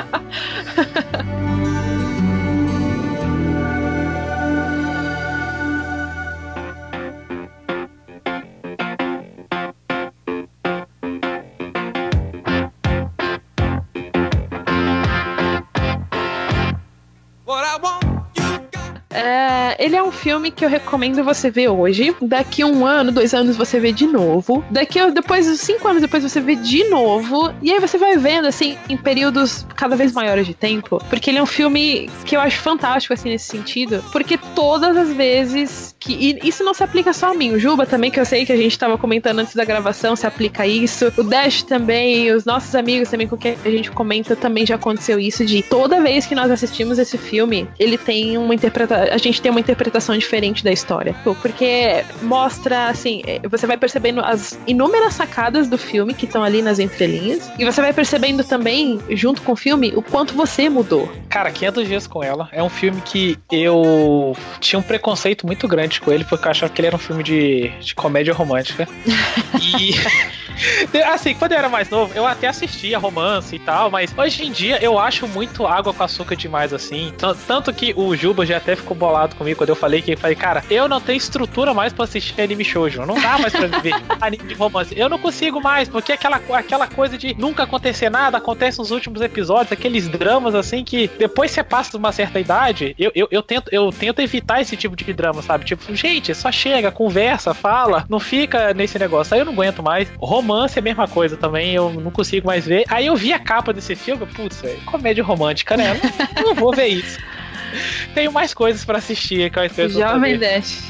Ele é um filme que eu recomendo você ver hoje. Daqui 1 ano, 2 anos você vê de novo. Depois, 5 anos depois você vê de novo. E aí você vai vendo, assim, em períodos cada vez maiores de tempo. Porque ele é um filme que eu acho fantástico, assim, nesse sentido. Porque todas as vezes e isso não se aplica só a mim. O Juba também, que eu sei que a gente tava comentando antes da gravação, se aplica a isso. O Dash também, os nossos amigos também com quem a gente comenta, também já aconteceu isso, de toda vez que nós assistimos esse filme, ele tem a gente tem uma interpretação diferente da história. Porque mostra, assim, você vai percebendo as inúmeras sacadas do filme que estão ali nas entrelinhas, e você vai percebendo também, junto com o filme, o quanto você mudou. Cara, 500 Dias com Ela é um filme que eu tinha um preconceito muito grande com ele, porque eu achava que ele era um filme de comédia romântica. E assim, quando eu era mais novo, eu até assistia romance e tal, mas hoje em dia eu acho muito água com açúcar demais, assim. Tanto que o Juba já até ficou bolado comigo quando eu falei cara, eu não tenho estrutura mais pra assistir anime shoujo, não dá mais pra ver anime de romance, eu não consigo mais, porque aquela coisa de nunca acontecer nada, acontece nos últimos episódios, aqueles dramas assim que depois você passa de uma certa idade, eu tento evitar esse tipo de drama, sabe? Tipo, gente, só chega, conversa, fala, não fica nesse negócio, aí eu não aguento mais. Romance é a mesma coisa também, eu não consigo mais ver. Aí eu vi a capa desse filme, putz, comédia romântica, né? Não vou ver isso. Tenho mais coisas pra assistir. Jovem Dash.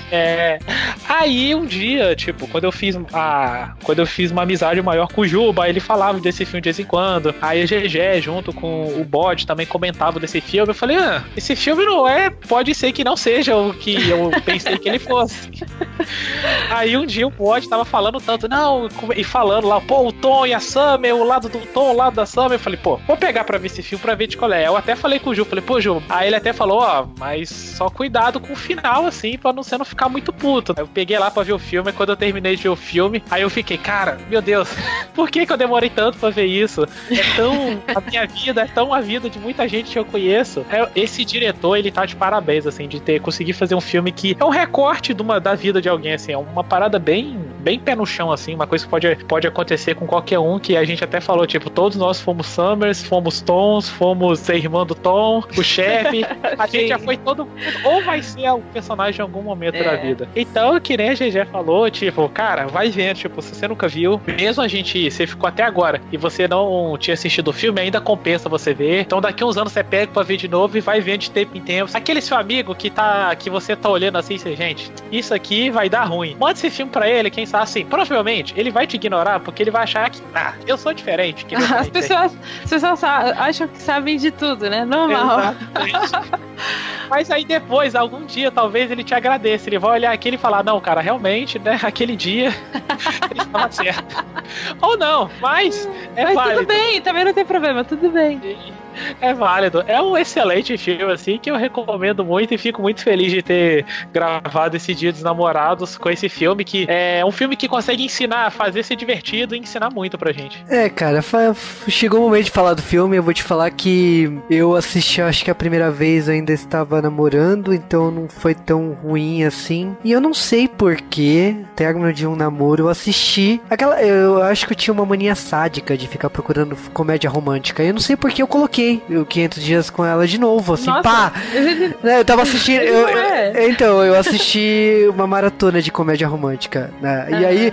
Aí um dia, tipo, quando eu fiz uma amizade maior com o Juba, ele falava desse filme de vez em quando. Aí a GG, junto com o Bode, também comentava desse filme. Eu falei, esse filme não pode ser que não seja o que eu pensei que ele fosse. Aí um dia o Bode tava falando tanto, não, e falando lá, pô, o Tom e a Summer, o lado do Tom, o lado da Summer. Eu falei, pô, vou pegar pra ver esse filme pra ver de qual é. Eu até falei com o Ju, falei, pô, Ju. Aí ele até falou, ó, mas só cuidado com o final, assim, pra você não ficar muito puto. Eu peguei lá pra ver o filme, e quando eu terminei de ver o filme, aí eu fiquei, cara, meu Deus, por que eu demorei tanto pra ver isso? É tão a minha vida, é tão a vida de muita gente que eu conheço. Esse diretor, ele tá de parabéns, assim, de ter conseguido fazer um filme que é um recorte da vida de alguém, assim, é uma parada bem pé no chão, assim, uma coisa que pode acontecer com qualquer um, que a gente até falou, tipo, todos nós fomos Summers, fomos Tons, fomos a irmã do Tom, o chefe, a gente já foi todo mundo, ou vai ser um personagem em algum momento da vida. Então, que nem a GG falou, tipo, cara, vai vendo, tipo, se você nunca viu, mesmo você ficou até agora, e você não tinha assistido o filme, ainda compensa você ver, então daqui uns anos você pega pra ver de novo e vai vendo de tempo em tempo. Aquele seu amigo que você tá olhando assim, você, gente, isso aqui vai dar ruim. Manda esse filme pra ele, quem sabe, assim, provavelmente ele vai te ignorar, porque ele vai achar que, eu sou diferente. As pessoas acham que sabem de tudo, né? Normal. Mas aí depois, algum dia, talvez ele te agradeça. Ele vai olhar aqui e falar, não, cara, realmente, né, aquele dia ele estava certo. Ou não, mas válido. Tudo bem, também não tem problema, tudo bem. É válido. É um excelente filme, assim, que eu recomendo muito e fico muito feliz de ter gravado esse Dia dos Namorados com esse filme, que é um filme que consegue ensinar, fazer ser divertido e ensinar muito pra gente. Cara, chegou o momento de falar do filme. Eu vou te falar que eu assisti, acho que a primeira vez eu ainda estava namorando, então não foi tão ruim assim. E eu não sei porquê, término de um namoro, eu assisti eu acho que eu tinha uma mania sádica de ficar procurando comédia romântica. Eu não sei porque eu coloquei o 500 Dias com Ela de novo, assim, nossa. Pá! Eu tava assistindo... Então, eu assisti uma maratona de comédia romântica, né? E aí,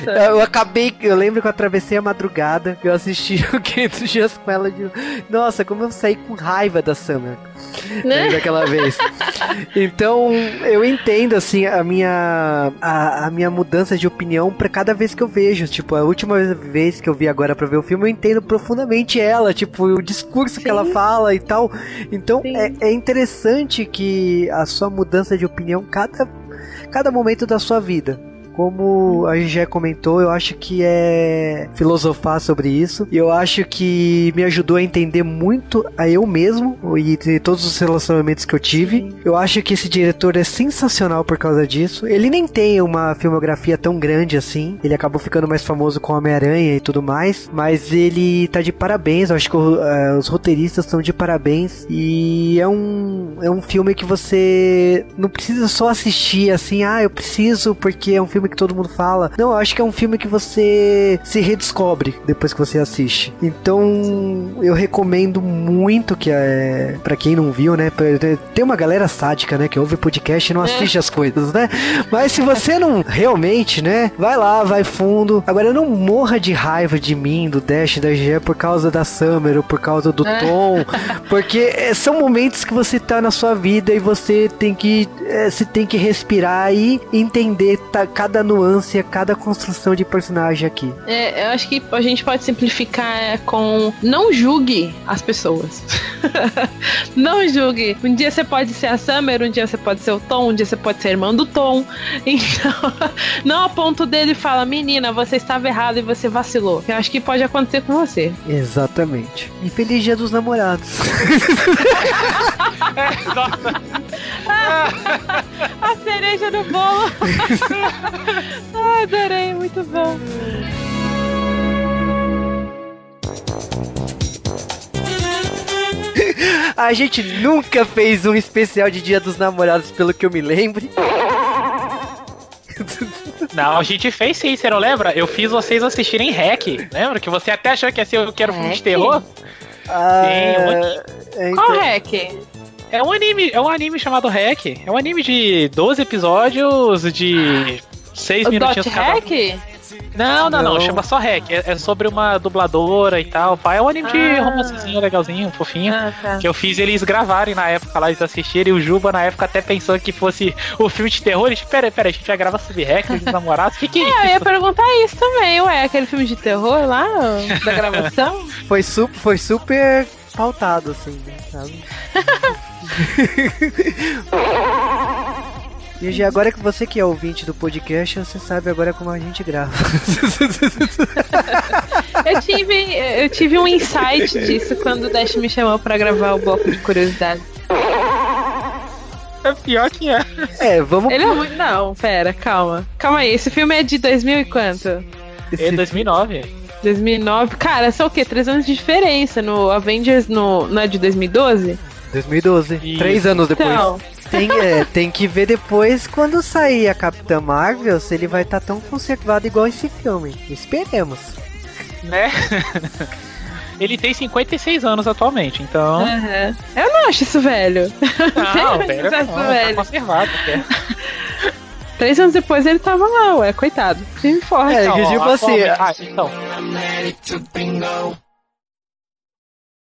eu lembro que eu atravessei a madrugada, eu assisti o 500 Dias com Ela de novo. Nossa, como eu saí com raiva da Summer, né? Daquela vez. Então, eu entendo, assim, a minha mudança de opinião pra cada vez que eu vejo. Tipo, a última vez que eu vi agora pra ver o filme, eu entendo profundamente ela, tipo, o discurso que ela fala e tal. Então, é interessante que a sua mudança de opinião cada momento da sua vida. Como a gente já comentou, eu acho que é filosofar sobre isso. E eu acho que me ajudou a entender muito a eu mesmo e todos os relacionamentos que eu tive. Eu acho que esse diretor é sensacional por causa disso. Ele nem tem uma filmografia tão grande assim. Ele acabou ficando mais famoso com Homem-Aranha e tudo mais. Mas ele tá de parabéns. Eu acho que os roteiristas estão de parabéns. E é um filme que você não precisa só assistir assim, eu preciso porque é um filme que todo mundo fala. Não, eu acho que é um filme que você se redescobre depois que você assiste. Então, eu recomendo muito que pra quem não viu, né? Tem uma galera sádica, né? Que ouve podcast e não assiste as coisas, né? Mas se você não realmente, né? Vai lá, vai fundo. Agora, não morra de raiva de mim, do Dash, da GG por causa da Summer ou por causa do Tom. Porque são momentos que você tá na sua vida e você tem que respirar e entender cada nuance, cada construção de personagem aqui. Eu acho que a gente pode simplificar com não julgue as pessoas. Não julgue. Um dia você pode ser a Summer, um dia você pode ser o Tom, um dia você pode ser irmão do Tom. Então, não a ponto dele fala, menina, você estava errado e você vacilou. Eu acho que pode acontecer com você. Exatamente. E feliz Dia dos Namorados. Nossa. A cereja no bolo. Adorei, muito bom. A gente nunca fez um especial de Dia dos Namorados, pelo que eu me lembre. Não, a gente fez sim, você não lembra? Eu fiz vocês assistirem Hack. Lembra? Que você até achou que ia ser eu quero filme de terror? Sim, Qual Hack? É um anime chamado Hack. É um anime de 12 episódios de 6 minutinhos cada. Hack? Não, chama só Hack. É sobre uma dubladora e tal. É um anime de romancezinho legalzinho, fofinho. Tá. Que eu fiz eles gravarem na época lá, eles assistirem. E o Juba na época até pensou que fosse o filme de terror. Eles, pera, a gente vai gravar sobre Hack dos namorados. Que é isso? Eu ia perguntar isso também, aquele filme de terror lá, da gravação? Foi super pautado, assim, né, sabe? E já agora que você que é ouvinte do podcast, você sabe agora como a gente grava. Eu tive um insight disso quando o Dash me chamou pra gravar o bloco de curiosidade. É pior que é. Vamos... Ele é muito... Não, pera, calma. Calma aí, esse filme é de 2000 e quanto? É 2009. 2009? Cara, são o quê? 3 anos de diferença. No Avengers não é de 2012? 2012. Isso. 3 anos depois. Então... Tem que ver depois quando sair a Capitã Marvel se ele vai estar tão conservado igual esse filme. Esperemos. Né? Ele tem 56 anos atualmente, então... Uhum. Eu não acho isso velho. Não, velho não, velho. Tá conservado. 3 anos depois ele tava lá, ué, coitado. Filme forte. Tipo assim... Então...